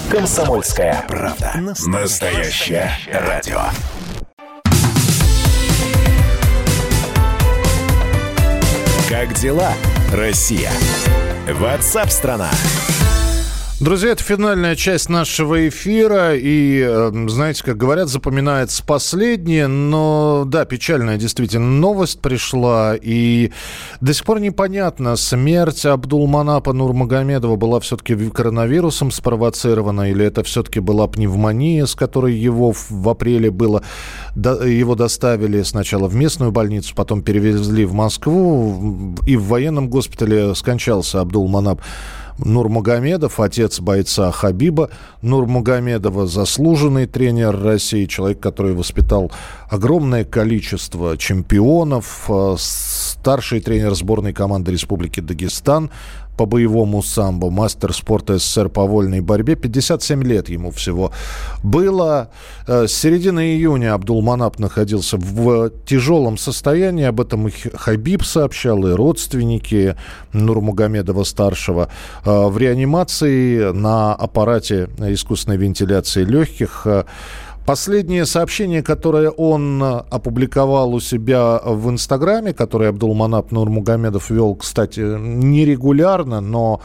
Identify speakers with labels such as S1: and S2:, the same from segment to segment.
S1: «Комсомольская правда». Настоящее радио. Как дела, Россия? WhatsApp-страна.
S2: Друзья, это финальная часть нашего эфира, и, знаете, как говорят, запоминается последнее, но, да, печальная действительно новость пришла, и до сих пор непонятно, смерть Абдулманаба Нурмагомедова была все-таки коронавирусом спровоцирована, или это все-таки была пневмония, с которой его в апреле было, его доставили сначала в местную больницу, потом перевезли в Москву, и в военном госпитале скончался Абдулманап Нурмагомедов, отец бойца Хабиба Нурмагомедова, заслуженный тренер России, человек, который воспитал огромное количество чемпионов, старший тренер сборной команды Республики Дагестан по боевому самбо, мастер спорта СССР по вольной борьбе. 57 лет ему всего было. С середины июня Абдулманап находился в тяжелом состоянии. Об этом и Хабиб сообщал, и родственники Нурмагомедова-старшего. В реанимации на аппарате искусственной вентиляции легких. Последнее сообщение, которое он опубликовал у себя в Инстаграме, которое Абдулманап Нурмагомедов вел, кстати, нерегулярно, но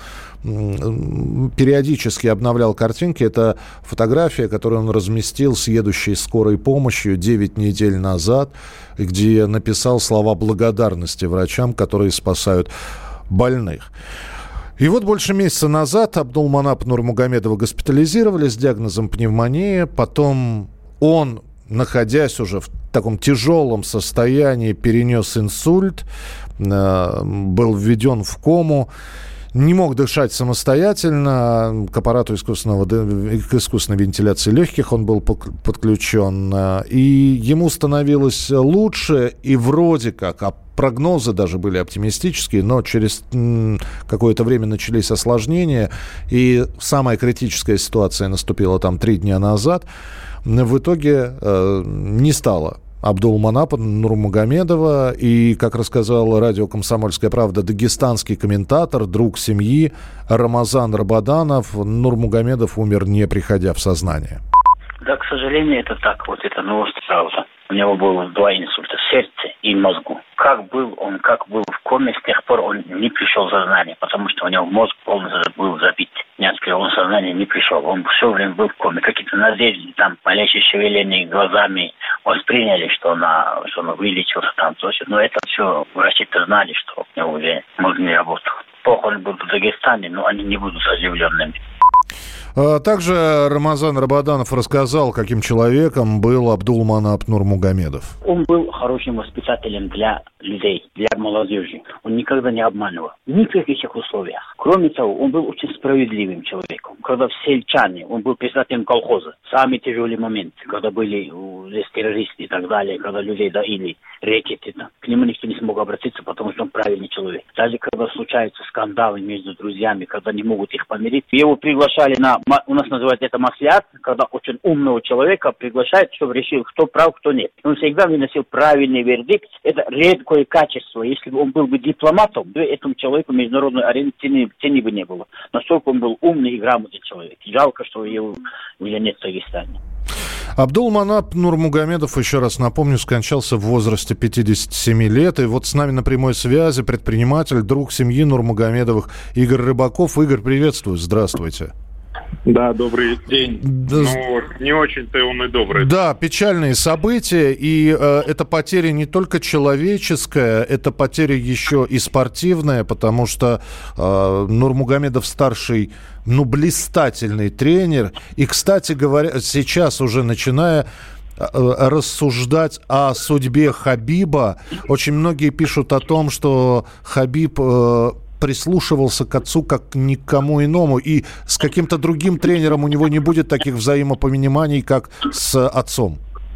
S2: периодически обновлял картинки. Это фотография, которую он разместил с едущей скорой помощью 9 недель назад, где написал слова благодарности врачам, которые спасают больных. И вот больше месяца назад Абдулманапа Нурмагомедова госпитализировали с диагнозом пневмония. Потом он, находясь уже в таком тяжелом состоянии, перенес инсульт, был введен в кому. Не мог дышать самостоятельно, к аппарату к искусственной вентиляции легких он был подключен, и ему становилось лучше, и вроде как, а прогнозы даже были оптимистические, но через какое-то время начались осложнения, и самая критическая ситуация наступила там 3 дня назад. В итоге не стало Абдулманапа Нурмагомедова, и, как рассказал радио «Комсомольская правда», дагестанский комментатор, друг семьи Рамазан Рабаданов, Нурмагомедов умер, не приходя в сознание.
S3: Да, к сожалению, это так. Вот это новость правда. У него было 2 инсульта в сердце и мозгу. Как был в коме, с тех пор он не пришел в сознание, потому что у него мозг полностью был забит. Он в сознание не пришел. Он все время был в коме. Какие-то надежды, там, малейшие шевеления глазами восприняли, что он вылечился там. Но это все врачи-то знали, что у него уже мозг не работал. Похороны будут в Дагестане, но они не будут оживленными.
S2: Также Рамазан Рабаданов рассказал, каким человеком был Абдулманап Нурмагомедов.
S3: Он был хорошим воспитателем для людей, для молодежи. Он никогда не обманывал. Ни в каких условиях. Кроме того, он был очень справедливым человеком. Когда в Сельчане, он был председателем колхоза. Самый тяжелый момент, когда были здесь террористы и так далее, когда людей доили рэкеты, к нему никто не смог обратиться, потому что он правильный человек. Даже когда случаются скандалы между друзьями, когда не могут их помирить, его приглашали у нас называют это маслиат, когда очень умного человека приглашают, чтобы решил, кто прав, кто нет. Он всегда выносил правильный вердикт. Это редкое качество. Если бы он был бы дипломатом, то этому человеку международной арены цены бы не было. Настолько он был умный и грамотный человек. Жалко, что его уже нет в Дагестане.
S2: Абдулманап Нурмагомедов, еще раз напомню, скончался в возрасте 57 лет. И вот с нами на прямой связи предприниматель, друг семьи Нурмагомедовых Игорь Рыбаков. Игорь, приветствую, здравствуйте.
S4: Да, добрый день. Не очень-то он и добрый.
S2: Да, печальные события, и это потеря не только человеческая, это потеря еще и спортивная, потому что Нурмагомедов-старший, блистательный тренер. И, кстати говоря, сейчас уже начиная рассуждать о судьбе Хабиба, очень многие пишут о том, что Хабиб прислушивался к отцу как ни к кому иному, и с каким-то другим тренером у него не будет таких взаимопониманий, как с отцом.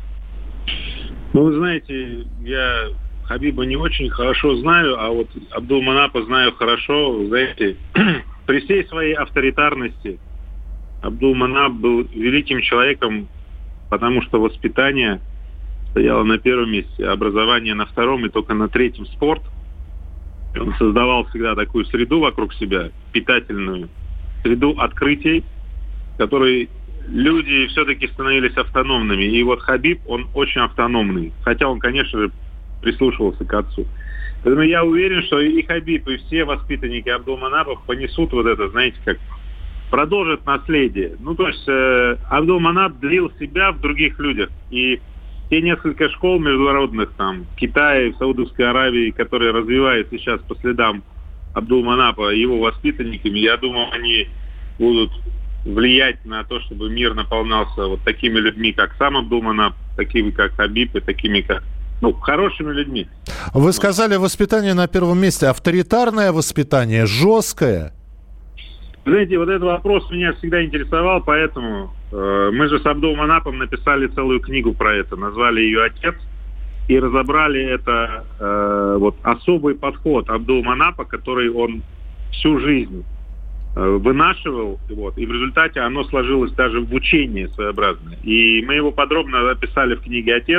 S4: Вы знаете, я Хабиба не очень хорошо знаю, а вот Абдулманапа знаю хорошо. Знаете, при всей своей авторитарности Абдулманап был великим человеком, потому что воспитание стояло на первом месте, образование на втором и только на третьем спорт. Он создавал всегда такую среду вокруг себя, питательную, среду открытий, который люди все-таки становились автономными. И вот Хабиб, он очень автономный. Хотя он, конечно же, прислушивался к отцу. Поэтому я уверен, что и Хабиб, и все воспитанники Абдулманапа понесут вот это, знаете, как продолжат наследие. Ну, то есть Абдулманап длил себя в других людях. И те несколько школ международных там в Китае, в Саудовской Аравии, которые развивают сейчас по следам Абдулманапа и его воспитанниками, я думаю, они будут влиять на то, чтобы мир наполнялся вот такими людьми, как сам Абдулманап, такими, как Хабиб, и такими, как, хорошими людьми.
S2: Вы сказали, воспитание на первом месте. Авторитарное воспитание, жесткое?
S4: Знаете, вот этот вопрос меня всегда интересовал, поэтому мы же с Абдулманапом написали целую книгу про это, назвали ее «Отец», и разобрали это особый подход Абдулманапа, который он всю жизнь вынашивал, и в результате оно сложилось даже в учение своеобразное. И мы его подробно описали в книге «Отец».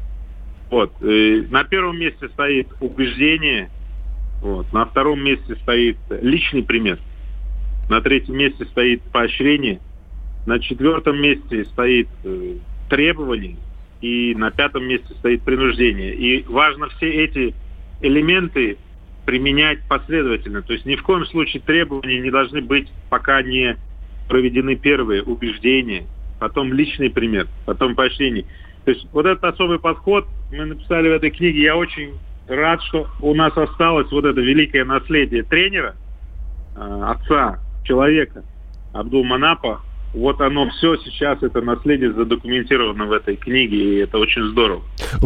S4: На первом месте стоит убеждение, на втором месте стоит личный пример, на третьем месте стоит поощрение, на четвертом месте стоит требование, и на пятом месте стоит принуждение. И важно все эти элементы применять последовательно. То есть ни в коем случае требования не должны быть, пока не проведены первые убеждения, потом личный пример, потом поощрение. То есть вот этот особый подход мы написали в этой книге. Я очень рад, что у нас осталось вот это великое наследие тренера, отца, человека, Абдулманапа. Вот оно все сейчас, это наследие задокументировано в этой книге, и это очень здорово.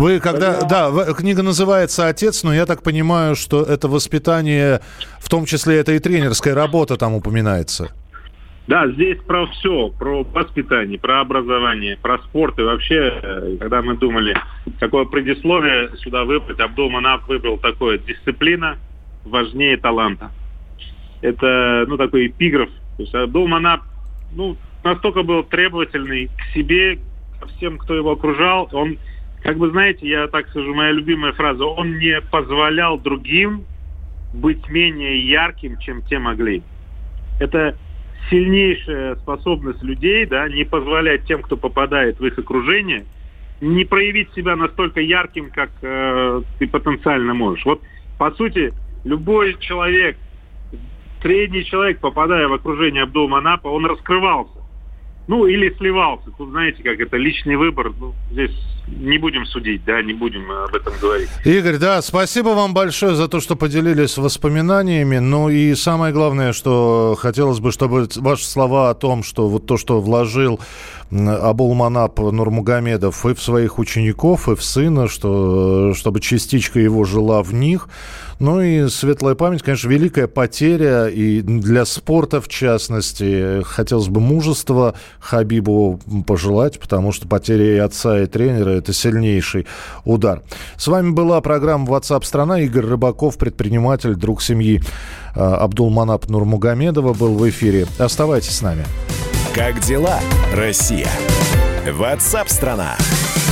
S2: Книга называется «Отец», но я так понимаю, что это воспитание, в том числе это и тренерская работа там упоминается.
S4: Да, здесь про все, про воспитание, про образование, про спорт. И вообще, когда мы думали, какое предисловие сюда выбрать, Абдулманап выбрал такое: дисциплина важнее таланта. Это, такой эпиграф. То есть Абдулманап, настолько был требовательный к себе, ко всем, кто его окружал. Он, знаете, я так скажу, моя любимая фраза: он не позволял другим быть менее ярким, чем те могли. Это сильнейшая способность людей, не позволять тем, кто попадает в их окружение, не проявить себя настолько ярким, как ты потенциально можешь. По сути, любой человек, средний человек, попадая в окружение Абдулманапа, он раскрывался. Или сливался. Тут, знаете, как это личный выбор. Здесь не будем судить, не будем об этом говорить.
S2: Игорь, спасибо вам большое за то, что поделились воспоминаниями. И самое главное, что хотелось бы, чтобы ваши слова о том, что то, что вложил Абдулманап Нурмагомедов и в своих учеников, и в сына, чтобы частичка его жила в них. И светлая память, конечно, великая потеря, и для спорта, в частности. Хотелось бы мужества Хабибу пожелать, потому что потеря и отца, и тренера – это сильнейший удар. С вами была программа WhatsApp страна. Игорь Рыбаков, предприниматель, друг семьи Абдулманапа Нурмагомедова, был в эфире. Оставайтесь с нами.
S1: Как дела, Россия? WhatsApp страна.